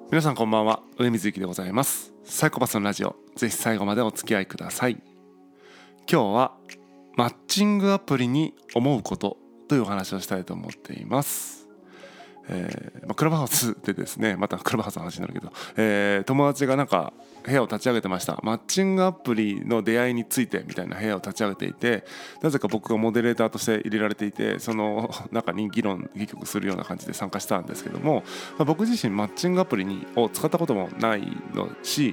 皆さんこんばんは、上水幸でございます。サイコパスのラジオ、ぜひ最後までお付き合いください。今日はマッチングアプリに思うことというお話をしたいと思っています。クラブハウスでですね、またクラブハウスの話になるけど、友達がなんか部屋を立ち上げてました。マッチングアプリの出会いについてみたいな部屋を立ち上げていて、なぜか僕がモデレーターとして入れられていて、その中に議局するような感じで参加したんですけども、僕自身マッチングアプリを使ったこともないのし、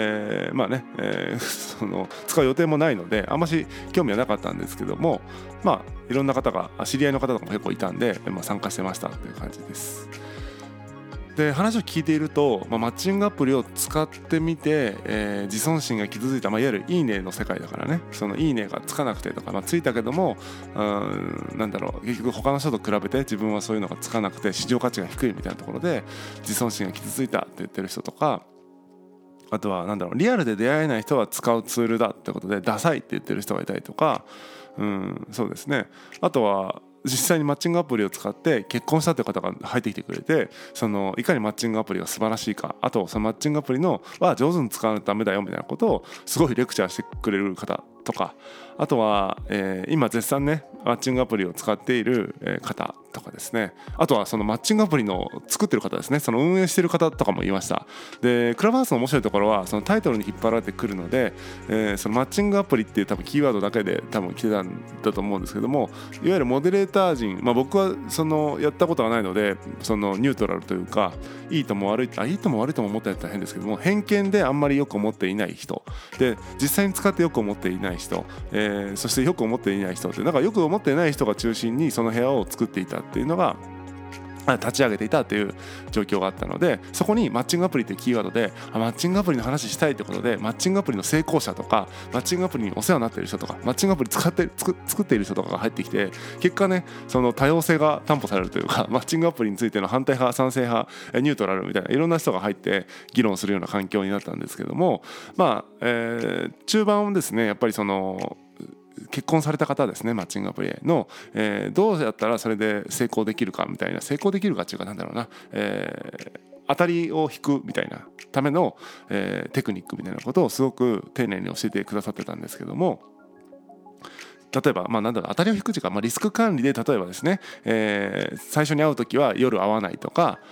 その使う予定もないのであんまし興味はなかったんですけども、いろんな方が知り合いの方とかも結構いたんで、参加してましたという感じです。で、話を聞いていると、マッチングアプリを使ってみて、自尊心が傷ついた、いわゆるいいねの世界だからね、そのいいねがつかなくてとか、ついたけども結局他の人と比べて自分はそういうのがつかなくて市場価値が低いみたいなところで自尊心が傷ついたって言ってる人とか、あとはリアルで出会えない人は使うツールだってことでダサいって言ってる人がいたりとか、そうですね。あとは実際にマッチングアプリを使って結婚したという方が入ってきてくれて、いかにマッチングアプリが素晴らしいか、あとそのマッチングアプリの上手に使わないとダメだよみたいなことをすごいレクチャーしてくれる方とか、あとは、今絶賛ねマッチングアプリを使っている方とかですね、あとはそのマッチングアプリの作ってる方ですね、その運営してる方とかもいました。で、クラブハウスの面白いところはそのタイトルに引っ張られてくるので、そのマッチングアプリっていう多分キーワードだけで多分来てたんだと思うんですけども、いわゆるモデレーター陣、僕はそのやったことがないのでそのニュートラルというか、いいとも悪いとも思ったら大変ですけども、偏見であんまりよく思っていない人で、実際に使ってよく思っていない人、そしてよく思っていない人って、よく思っていない人が中心にその部屋を作っていたっていうのが立ち上げていたという状況があったので、そこにマッチングアプリというキーワードでマッチングアプリの話したいということで、マッチングアプリの成功者とか、マッチングアプリにお世話になっている人とか、マッチングアプリ作っている人とかが入ってきて、結果ね、その多様性が担保されるというか、マッチングアプリについての反対派、賛成派、ニュートラルみたいないろんな人が入って議論するような環境になったんですけども、中盤ですね、やっぱりその結婚された方ですね、マッチングアプリの、どうやったらそれで成功できるかみたいな、成功できるかっていうか当たりを引くみたいなための、テクニックみたいなことをすごく丁寧に教えてくださってたんですけども、例えば当たりを引くというか、リスク管理で例えばですね、最初に会うときは夜会わないとか、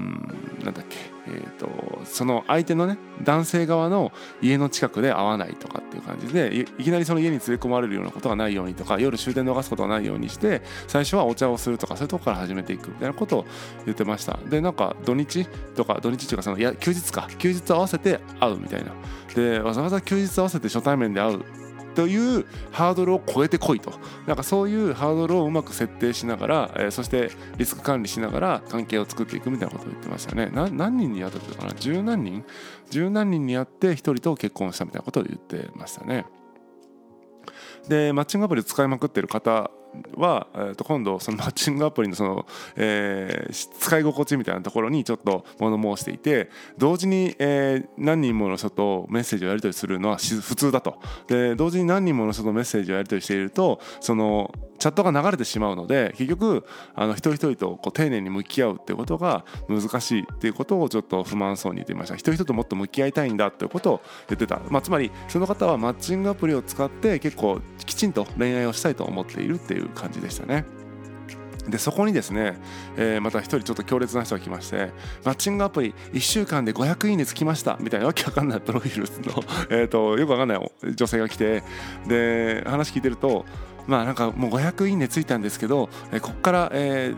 その相手のね、男性側の家の近くで会わないとかっていう感じで、いきなりその家に連れ込まれるようなことがないようにとか、夜終電逃すことがないようにして最初はお茶をするとか、そういうとこから始めていくみたいなことを言ってました。で、土日というか休日合わせて会うみたいな、でわざわざ休日合わせて初対面で会うというハードルを超えてこいと、そういうハードルをうまく設定しながら、そしてリスク管理しながら関係を作っていくみたいなことを言ってましたね。何人にやったのかな、十何人にやって一人と結婚したみたいなことを言ってましたね。で、マッチングアプリを使いまくっている方は、今度そのマッチングアプリの使い心地みたいなところにちょっと物申していて、同時に、何人もの人とメッセージをやり取りするのは普通だと。で、同時に何人もの人とメッセージをやり取りしていると、そのチャットが流れてしまうので、結局一人一人と丁寧に向き合うっていうことが難しいっていうことをちょっと不満そうに言っていました。一人一人ともっと向き合いたいんだということを言ってた。つまりその方はマッチングアプリを使って結構きちんと恋愛をしたいと思っているっていう感じでしたね。で、そこにですね、また一人ちょっと強烈な人が来まして、マッチングアプリ1週間で500いいねつきましたみたいなわけわかんないプロフィールの、よくわかんない女性が来て、で話聞いてると、もう500いいねついたんですけど、ここから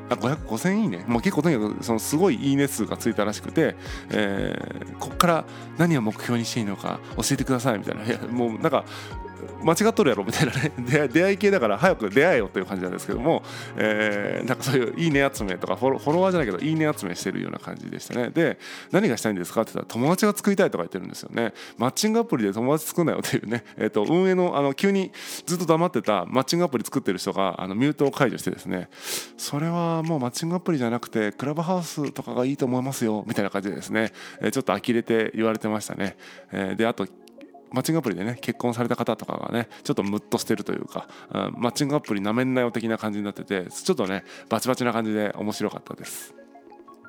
5000いいね、結構とにかくそのすごいいいね数がついたらしくて、ここから何を目標にしていいのか教えてくださいみたいな、もう間違っとるやろみたいなね、出会い系だから早く出会えよという感じなんですけども、そういういいね集めとかフォロワーじゃないけどいいね集めしてるような感じでしたね。で、何がしたいんですかって言ったら、友達が作りたいとか言ってるんですよね。マッチングアプリで友達作んなよというね、運営の急にずっと黙ってたマッチングアプリ作ってる人がミュートを解除してですね、それはもうマッチングアプリじゃなくてクラブハウスとかがいいと思いますよみたいな感じでですね、ちょっと呆れて言われてましたね。で、あとマッチングアプリでね結婚された方とかがねちょっとムッとしてるというか、マッチングアプリなめんなよ的な感じになってて、ちょっとねバチバチな感じで面白かったです。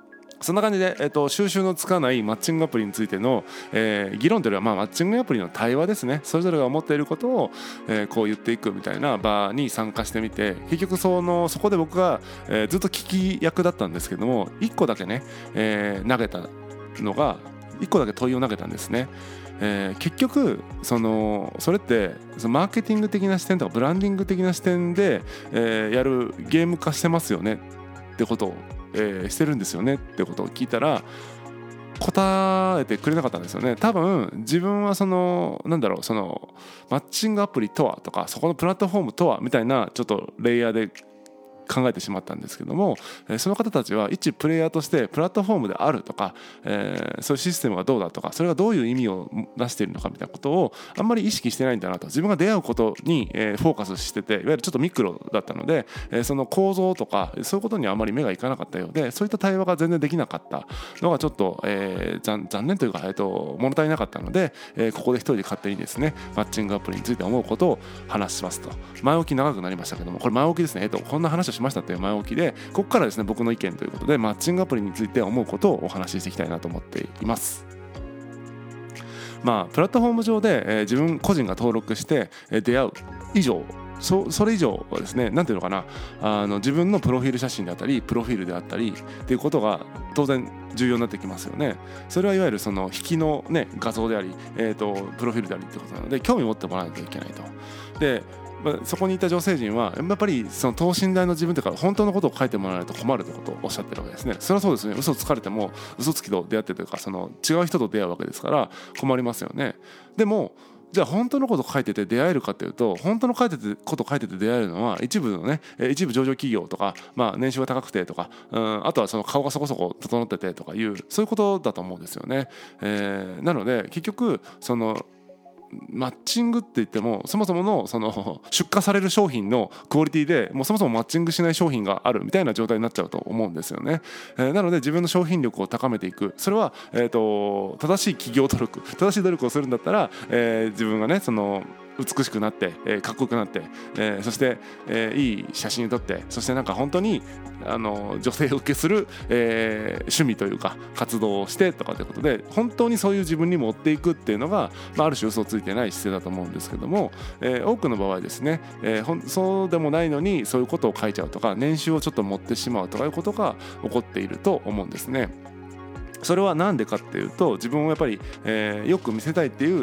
そんな感じで、収集のつかないマッチングアプリについての、議論というよりは、マッチングアプリの対話ですね。それぞれが思っていることを、こう言っていくみたいな場に参加してみて、結局そこで僕が、ずっと聞き役だったんですけども、1個だけね、投げたのが1個だけ問いを投げたんですね。結局それってマーケティング的な視点とかブランディング的な視点で、やるゲーム化してますよねってことをしてるんですよねってことを聞いたら答えてくれなかったんですよね。多分自分はマッチングアプリとはとかそこのプラットフォームとはみたいなちょっとレイヤーで考えてしまったんですけども、その方たちは一プレイヤーとしてプラットフォームであるとか、そういうシステムがどうだとかそれがどういう意味を出しているのかみたいなことをあんまり意識してないんだなと。自分が出会うことに、フォーカスしてていわゆるちょっとミクロだったので、その構造とかそういうことにあまり目がいかなかったようで、そういった対話が全然できなかったのがちょっと、残念というか、物足りなかったので、ここで一人で勝手にですねマッチングアプリについて思うことを話しますと。前置き長くなりましたけども、これ前置きですね。こんな話をしましたという前置きで、ここからですね僕の意見ということでマッチングアプリについて思うことをお話ししていきたいなと思っています。プラットフォーム上で、自分個人が登録して、出会う以上それ以上はですね、なんていうのかな、自分のプロフィール写真であったりプロフィールであったりっていうことが当然重要になってきますよね。それはいわゆるその引きの、ね、画像であり、プロフィールでありってことなので興味を持ってもらわないといけないと。でそこにいた女性陣はやっぱりその等身大の自分というか本当のことを書いてもらわないと困るということをおっしゃってるわけですね。それはそうですね。嘘つかれても嘘つきと出会ってというか違う人と出会うわけですから困りますよね。でもじゃあ本当のこと書いてて出会えるかというと、本当のこと書いてて出会えるのは一部上場企業とか、年収が高くてとか、あとはその顔がそこそこ整っててとかそういうことだと思うんですよね。なので結局マッチングって言ってもそもそもの出荷される商品のクオリティでもうそもそもマッチングしない商品があるみたいな状態になっちゃうと思うんですよね。なので自分の商品力を高めていく、それは、正しい企業努力をするんだったら、自分がね美しくなって、かっこよくなって、そして、いい写真を撮って、そしてなんか本当に女性を受けする、趣味というか活動をしてとかということで本当にそういう自分に持っていくっていうのが、ある種嘘をついてない姿勢だと思うんですけども、多くの場合ですね、そうでもないのにそういうことを書いちゃうとか年収をちょっと持ってしまうとかいうことが起こっていると思うんですね。それは何でかっていうと自分をやっぱり、よく見せたいっていう、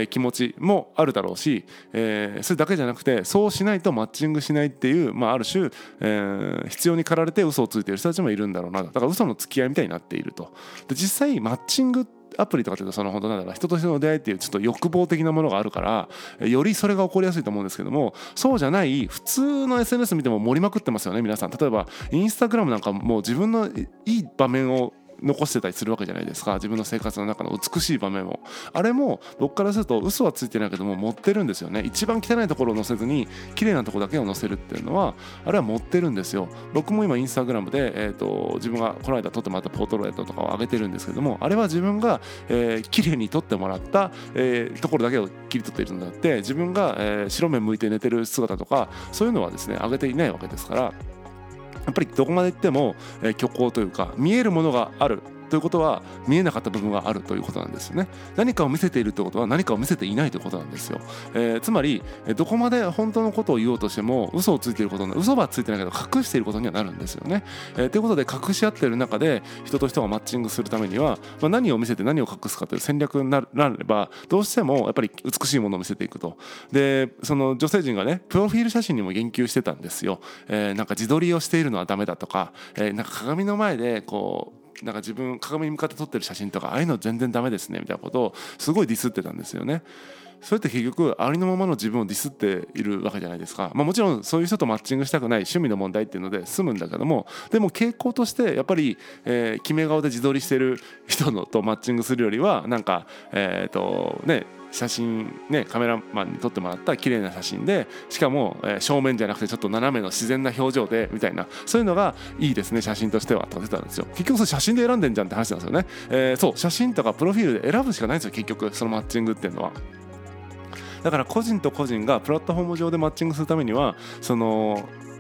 気持ちもあるだろうし、それだけじゃなくてそうしないとマッチングしないっていう、ある種、必要に駆られて嘘をついている人たちもいるんだろうな。だから嘘の付き合いみたいになっていると。で実際マッチングアプリとかっていうと本当なんだろう、人と人の出会いっていうちょっと欲望的なものがあるからよりそれが起こりやすいと思うんですけども、そうじゃない普通の SNS 見ても盛りまくってますよね皆さん。例えばインスタグラムなんかもう自分のいい場面を残してたりするわけじゃないですか。自分の生活の中の美しい場面を、あれも僕からすると嘘はついてないけども持ってるんですよね。一番汚いところを載せずに綺麗なところだけを載せるっていうのはあれは持ってるんですよ。僕も今インスタグラムで、自分がこの間撮ってもらったポートレートとかを上げてるんですけども、あれは自分が、綺麗に撮ってもらった、ところだけを切り取っているのであって自分が、白目向いて寝てる姿とかそういうのはですね上げていないわけですから、やっぱりどこまで行っても、虚構というか見えるものがあるということは見えなかった部分があるということなんですよね。何かを見せているということは何かを見せていないということなんですよ。つまりどこまで本当のことを言おうとしても嘘をついていること嘘はついてないけど隠していることにはなるんですよね。ということで隠し合っている中で人と人がマッチングするためには、何を見せて何を隠すかという戦略になればどうしてもやっぱり美しいものを見せていくと。でその女性陣がねプロフィール写真にも言及してたんですよ。なんか自撮りをしているのはダメだとか、なんか鏡の前でなんか自分鏡に向かって撮ってる写真とかああいうの全然ダメですねみたいなことをすごいディスってたんですよね。それって結局ありのままの自分をディスっているわけじゃないですか。もちろんそういう人とマッチングしたくない趣味の問題っていうので済むんだけども、でも傾向としてやっぱり、決め顔で自撮りしてる人とマッチングするよりはなんか写真ねカメラマンに撮ってもらった綺麗な写真で、しかも、正面じゃなくてちょっと斜めの自然な表情でみたいな、そういうのがいいですね写真としてはと出たんですよ。結局それ写真で選んでんじゃんって話なんですよね。そう写真とかプロフィールで選ぶしかないんですよ結局そのマッチングっていうのは。だから個人と個人がプラットフォーム上でマッチングするためには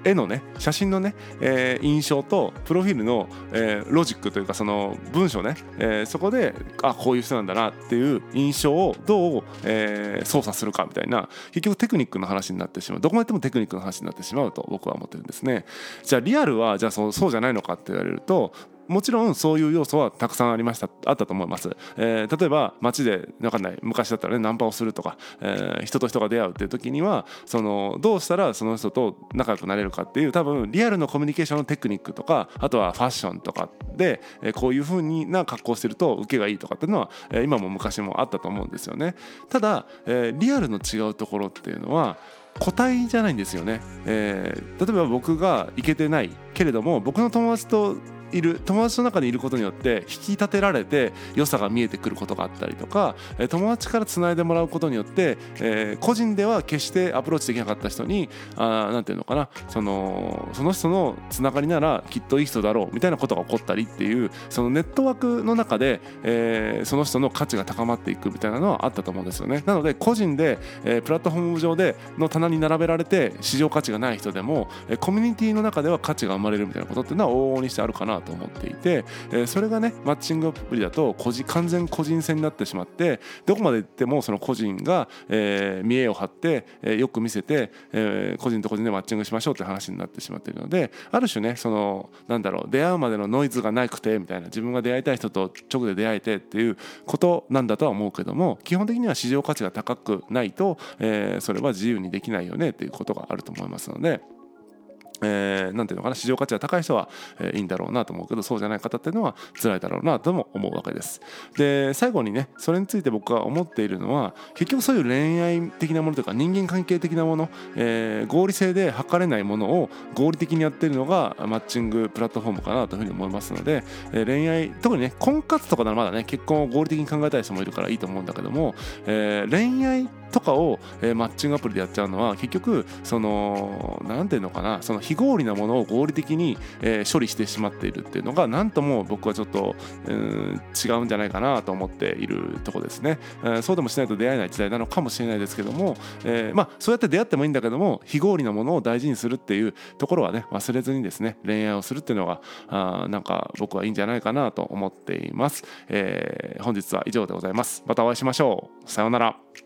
絵のね写真のね、印象とプロフィールの、ロジックというかその文章ね、そこでこういう人なんだなっていう印象をどう、操作するかみたいな、結局テクニックの話になってしまう、どこまでやってもテクニックの話になってしまうと僕は思ってるんですね。じゃあリアルはじゃあそうじゃないのかって言われると、もちろんそういう要素はたくさんあったと思います。例えば街で分かんない昔だったらねナンパをするとか、人と人が出会うっていう時にはどうしたらその人と仲良くなれるかっていう多分リアルのコミュニケーションのテクニックとか、あとはファッションとかで、こういう風な格好をしてると受けがいいとかっていうのは、今も昔もあったと思うんですよね。ただ、リアルの違うところっていうのは個体じゃないんですよね。例えば僕がイケてないけれども僕の友達の中にいることによって引き立てられて良さが見えてくることがあったりとか、友達からつないでもらうことによって、個人では決してアプローチできなかった人になんていうのかな、その人のつながりならきっといい人だろうみたいなことが起こったりっていう、そのネットワークの中で、その人の価値が高まっていくみたいなのはあったと思うんですよね。なので個人で、プラットフォーム上での棚に並べられて市場価値がない人でも、コミュニティの中では価値が生まれるみたいなことっていうのは往々にしてあるかなと思っていて、それがねマッチングアプリだと完全個人戦になってしまって、どこまで行ってもその個人が、見栄を張って、よく見せて、個人と個人でマッチングしましょうって話になってしまっているので、ある種ね出会うまでのノイズがなくてみたいな、自分が出会いたい人と直で出会えてっていうことなんだとは思うけども、基本的には市場価値が高くないと、それは自由にできないよねっていうことがあると思いますので、なんていうのかな、市場価値が高い人はいいんだろうなと思うけど、そうじゃない方っていうのは辛いだろうなとも思うわけです。で最後にねそれについて僕が思っているのは、結局そういう恋愛的なものというか人間関係的なもの、合理性で測れないものを合理的にやっているのがマッチングプラットフォームかなというふうに思いますので、恋愛特にね婚活とかならまだね結婚を合理的に考えたい人もいるからいいと思うんだけども、恋愛とかを、マッチングアプリでやっちゃうのは結局なんていうのかな、非合理なものを合理的に、処理してしまっているっていうのがなんとも僕はちょっと違うんじゃないかなと思っているところですね。そうでもしないと出会えない時代なのかもしれないですけども、そうやって出会ってもいいんだけども非合理なものを大事にするっていうところはね忘れずにですね恋愛をするっていうのがなんか僕はいいんじゃないかなと思っています。本日は以上でございます。またお会いしましょう。さようなら。